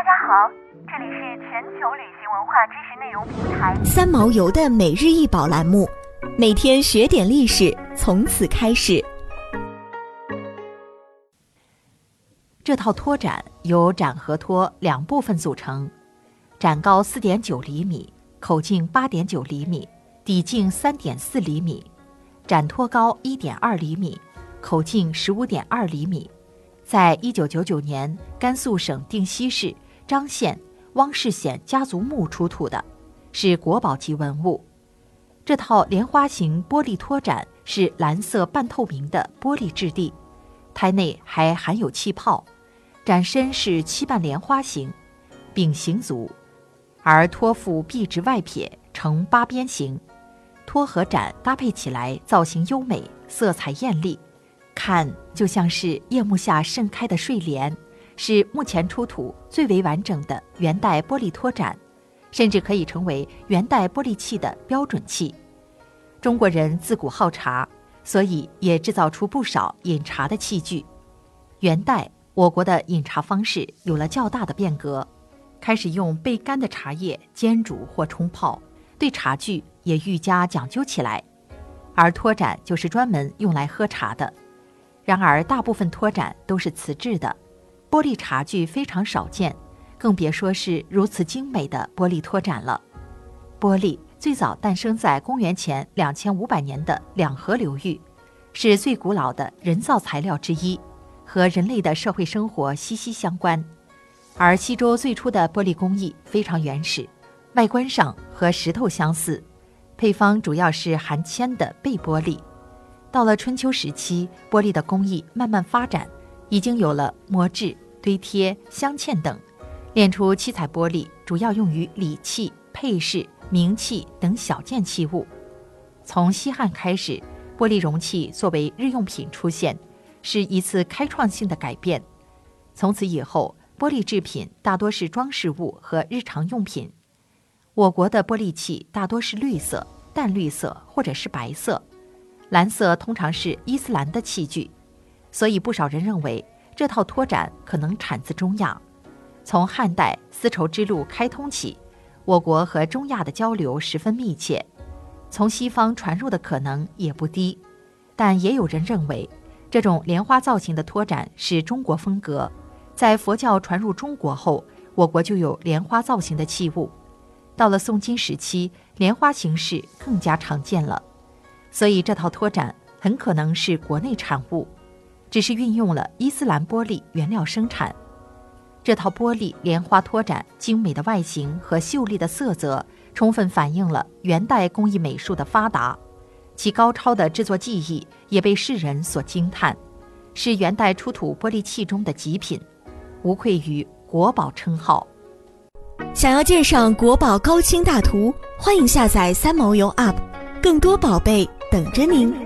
家好，这里是全球旅行文化知识内容平台三毛游的每日一宝栏目，每天学点历史，从此开始。 这套托展由展和托两部分组成，展高4.9厘米，口径8.9厘米，底径3.4厘米，展托高1.2厘米，口径15.2厘米，在1999年甘肃省定西市张县汪氏显家族墓出土的，是国宝级文物。这套莲花形玻璃托展是蓝色半透明的玻璃质地，胎内还含有气泡，展身是七瓣莲花形，柄形足，而托腹壁直外撇，呈八边形。托和展搭配起来造型优美，色彩艳丽，看就像是夜幕下盛开的睡莲，是目前出土最为完整的元代玻璃托展，甚至可以成为元代玻璃器的标准器。中国人自古好茶，所以也制造出不少饮茶的器具。元代我国的饮茶方式有了较大的变革，开始用焙干的茶叶煎煮或冲泡，对茶具也愈加讲究起来。而托展就是专门用来喝茶的。然而大部分托展都是瓷制的，玻璃茶具非常少见，更别说是如此精美的玻璃托展了。玻璃最早诞生在公元前2500年的两河流域，是最古老的人造材料之一，和人类的社会生活息息相关。而西周最初的玻璃工艺非常原始，外观上和石头相似，配方主要是含铅的钡玻璃。到了春秋时期，玻璃的工艺慢慢发展，已经有了磨制、堆贴、镶嵌等，炼出七彩玻璃，主要用于礼器、配饰、名器等小件器物。从西汉开始，玻璃容器作为日用品出现，是一次开创性的改变。从此以后，玻璃制品大多是装饰物和日常用品。我国的玻璃器大多是绿色、淡绿色或者是白色，蓝色通常是伊斯兰的器具，所以不少人认为这套托展可能产自中亚。从汉代丝绸之路开通起，我国和中亚的交流十分密切，从西方传入的可能也不低。但也有人认为，这种莲花造型的托展是中国风格，在佛教传入中国后，我国就有莲花造型的器物。到了宋金时期，莲花形式更加常见了，所以这套托展很可能是国内产物，只是运用了伊斯兰玻璃原料生产。这套玻璃莲花托展精美的外形和秀丽的色泽，充分反映了元代工艺美术的发达，其高超的制作技艺也被世人所惊叹，是元代出土玻璃器中的极品，无愧于国宝称号。 想要鉴赏国宝高清大图，欢迎下载三毛游 App， 更多宝贝等着您。